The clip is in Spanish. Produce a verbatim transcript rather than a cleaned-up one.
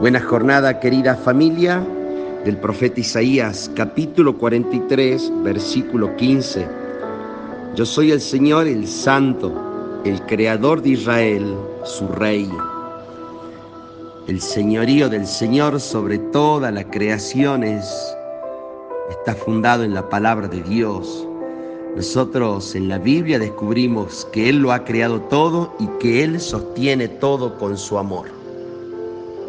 Buena jornada, querida familia, del profeta Isaías, capítulo cuarenta y tres, versículo quince. Yo soy el Señor, el Santo, el Creador de Israel, su Rey. El señorío del Señor sobre toda la creación es, está fundado en la palabra de Dios. Nosotros en la Biblia descubrimos que Él lo ha creado todo y que Él sostiene todo con su amor.